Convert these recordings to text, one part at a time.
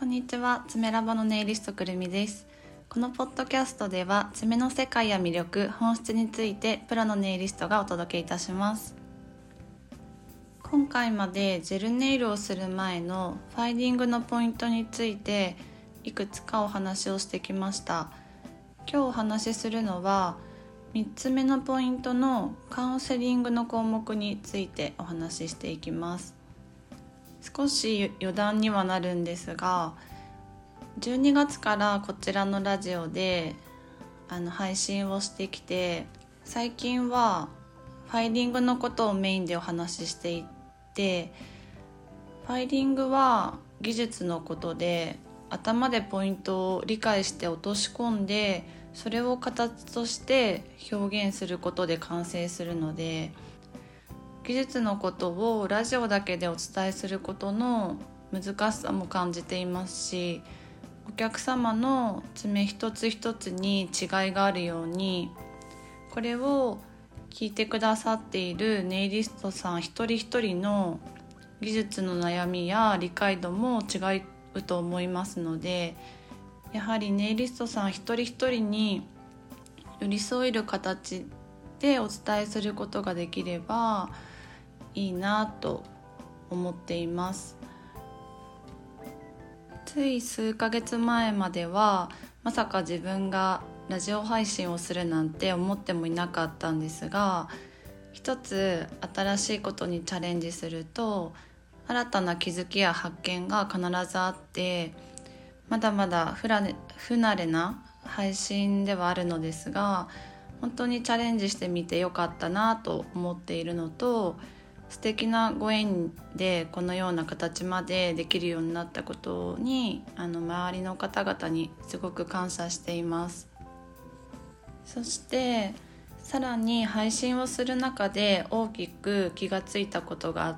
こんにちは、爪ラボのネイリストくるみです。このポッドキャストでは爪の世界や魅力、本質についてプロのネイリストがお届けいたします。今回までジェルネイルをする前のファイリングのポイントについていくつかお話をしてきました。今日お話しするのは3つ目のポイントのカウンセリングの項目についてお話ししていきます。少し余談にはなるんですが、12月からこちらのラジオで配信をしてきて、最近はファイリングのことをメインでお話ししていて、ファイリングは技術のことで、頭でポイントを理解して落とし込んで、それを形として表現することで完成するので、技術のことをラジオだけでお伝えすることの難しさも感じていますし、お客様の爪一つ一つに違いがあるように、これを聞いてくださっているネイリストさん一人一人の技術の悩みや理解度も違うと思いますので、やはりネイリストさん一人一人に寄り添える形でお伝えすることができればいいなと思っています。つい数ヶ月前まではまさか自分がラジオ配信をするなんて思ってもいなかったんですが、一つ新しいことにチャレンジすると新たな気づきや発見が必ずあって、まだまだ不慣れな配信ではあるのですが、本当にチャレンジしてみてよかったなと思っているのと、素敵なご縁でこのような形までできるようになったことに周りの方々にすごく感謝しています。そしてさらに配信をする中で大きく気がついたことがあって、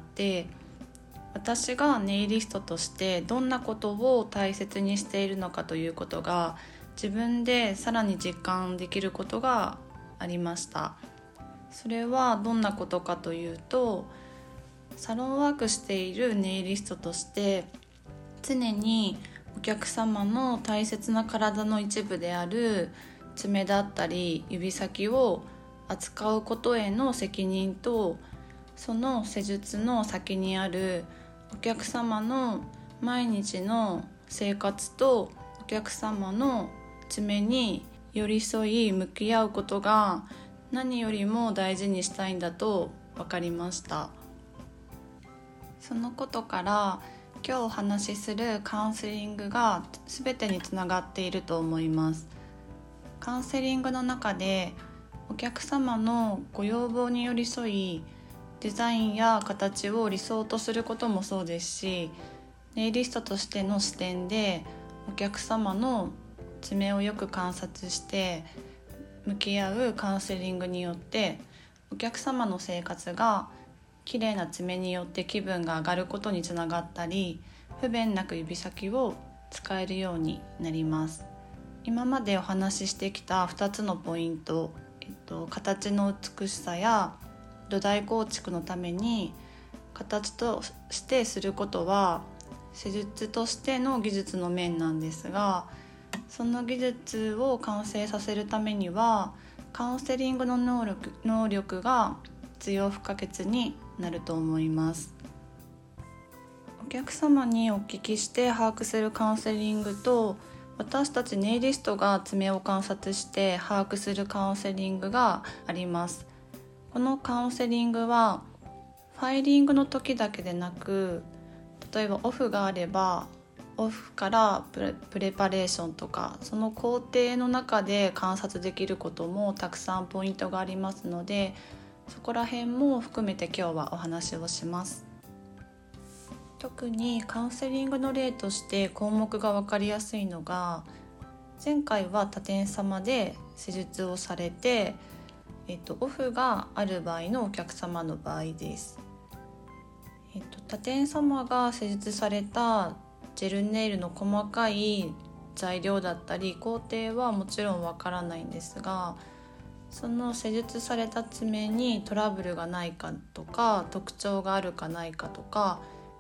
私がネイリストとしてどんなことを大切にしているのかということが自分でさらに実感できることがありました。それはどんなことかというと、サロンワークしているネイリストとして常にお客様の大切な体の一部である爪だったり指先を扱うことへの責任と、その施術の先にあるお客様の毎日の生活とお客様の爪に寄り添い向き合うことが何よりも大事にしたいんだと分かりました。そのことから今日お話しするカウンセリングが全てにつながっていると思います。カウンセリングの中でお客様のご要望に寄り添い、デザインや形を理想とすることもそうですし、ネイリストとしての視点でお客様の爪をよく観察して向き合うカウンセリングによって、お客様の生活が綺麗な爪によって気分が上がることにつながったり、不便なく指先を使えるようになります。今までお話ししてきた2つのポイント、形の美しさや土台構築のために形としてすることは施術としての技術の面なんですが、その技術を完成させるためにはカウンセリングの能力が必要不可欠になると思います。お客様にお聞きして把握するカウンセリングと、私たちネイリストが爪を観察して把握するカウンセリングがあります。このカウンセリングはファイリングの時だけでなく、例えばオフがあればオフからプレパレーションとか、その工程の中で観察できることもたくさんポイントがありますので、そこら辺も含めて今日はお話をします。特にカウンセリングの例として項目が分かりやすいのが、前回は他店様で施術をされて、オフがある場合のお客様の場合です。他店様が施術されたジェルネイルの細かい材料だったり工程はもちろんわからないんですが、その施術された爪にトラブルがないかとか、特徴があるかないかとか、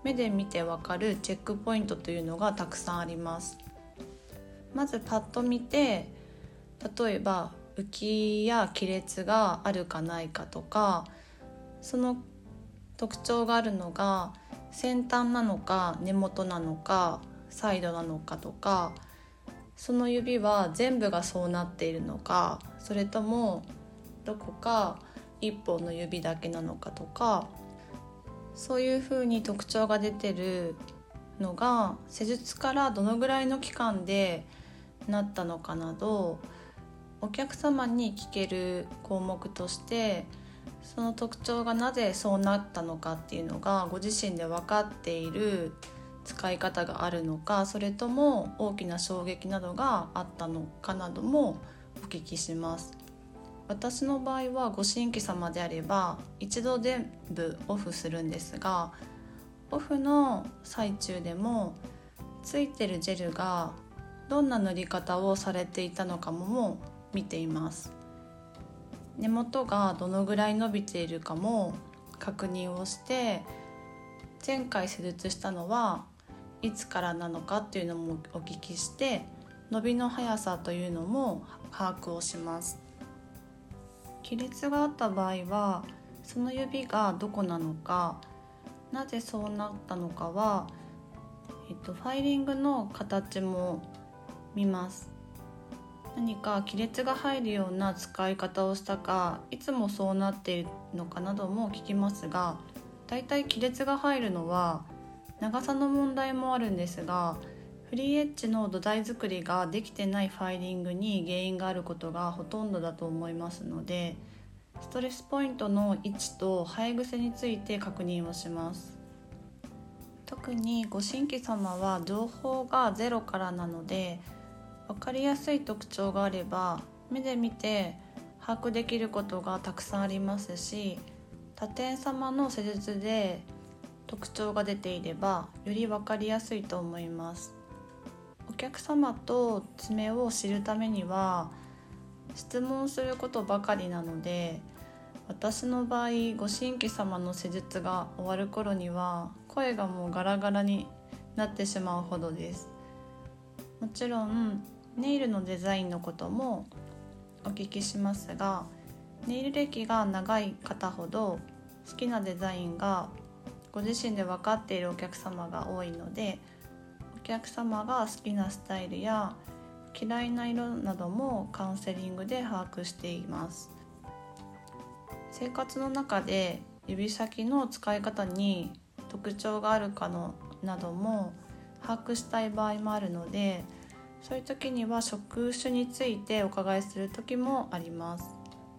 目で見てわかるチェックポイントというのがたくさんあります。まずパッと見て、例えば浮きや亀裂があるかないかとか、その特徴があるのが先端なのか根元なのかサイドなのかとか、その指は全部がそうなっているのか、それともどこか一本の指だけなのかとか、そういうふうに特徴が出てるのが施術からどのぐらいの期間でなったのかなど、お客様に聞ける項目として、その特徴がなぜそうなったのかっていうのがご自身で分かっている使い方があるのか、それとも大きな衝撃などがあったのかなどもお聞きします。私の場合はご新規様であれば一度全部オフするんですが、オフの最中でもついてるジェルがどんな塗り方をされていたのかも見ています。根元がどのぐらい伸びているかも確認をして、前回施術したのはいつからなのかっていうのもお聞きして、伸びの速さというのも把握をします。亀裂があった場合はその指がどこなのか、なぜそうなったのかは、ファイリングの形も見ます。何か亀裂が入るような使い方をしたか、いつもそうなっているのかなども聞きますが、だいたい亀裂が入るのは長さの問題もあるんですが、フリーエッジの土台作りができてないファイリングに原因があることがほとんどだと思いますので、ストレスポイントの位置と生え癖について確認をします。特にご新規様は情報がゼロからなので、分かりやすい特徴があれば目で見て把握できることがたくさんありますし、他店様の施術で特徴が出ていればより分かりやすいと思います。お客様と爪を知るためには質問することばかりなので、私の場合ご新規様の施術が終わる頃には声がもうガラガラになってしまうほどです。もちろんネイルのデザインのこともお聞きしますが、ネイル歴が長い方ほど好きなデザインがご自身で分かっているお客様が多いので、お客様が好きなスタイルや嫌いな色などもカウンセリングで把握しています。生活の中で指先の使い方に特徴があるかなども把握したい場合もあるので、そういう時には職種についてお伺いする時もあります。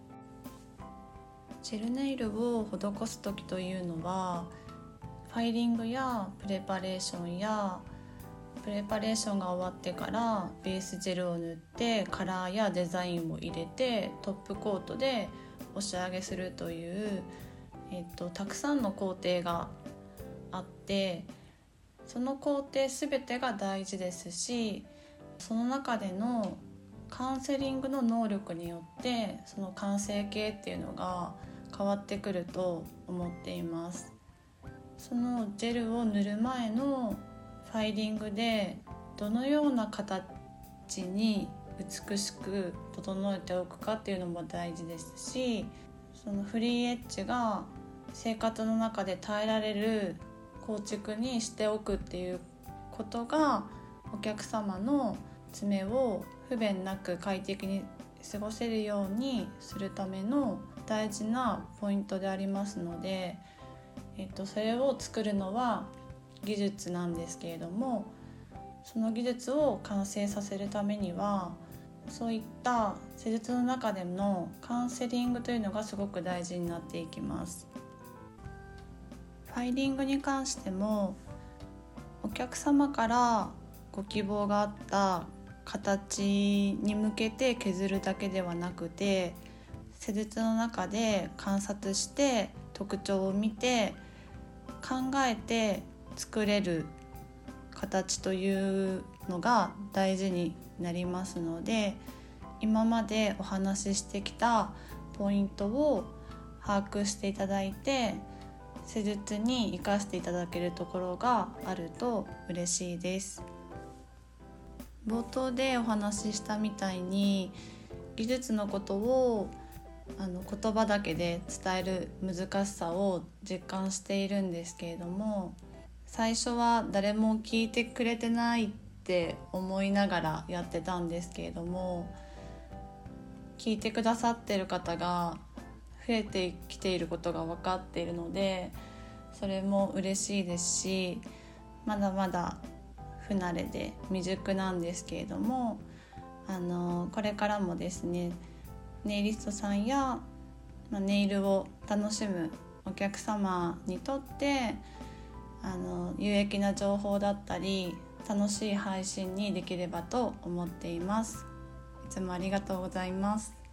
ジェルネイルを施す時というのは、ファイリングやプレパレーションが終わってからベースジェルを塗ってカラーやデザインを入れてトップコートで押し上げするという、たくさんの工程があって、その工程全てが大事ですし、その中でのカウンセリングの能力によってその完成形っていうのが変わってくると思っています。そのジェルを塗る前のファイリングでどのような形に美しく整えておくかっていうのも大事ですし、そのフリーエッジが生活の中で耐えられる構築にしておくっていうことが、お客様の爪を不便なく快適に過ごせるようにするための大事なポイントでありますので、それを作るのは技術なんですけれども、その技術を完成させるためにはそういった施術の中でのカウンセリングというのがすごく大事になっていきます。ファイリングに関してもお客様からご希望があった形に向けて削るだけではなくて、施術の中で観察して特徴を見て考えて作れる形というのが大事になりますので、今までお話ししてきたポイントを把握していただいて、 施術に生かしていただけるところがあると嬉しいです。冒頭でお話ししたみたいに技術のことを言葉だけで伝える難しさを実感しているんですけれども、最初は誰も聞いてくれてないって思いながらやってたんですけれども、聞いてくださってる方が増えてきていることが分かっているので、それも嬉しいですし、まだまだ不慣れで未熟なんですけれども、これからもですね、ネイリストさんや、ネイルを楽しむお客様にとって有益な情報だったり楽しい配信にできればと思っています。いつもありがとうございます。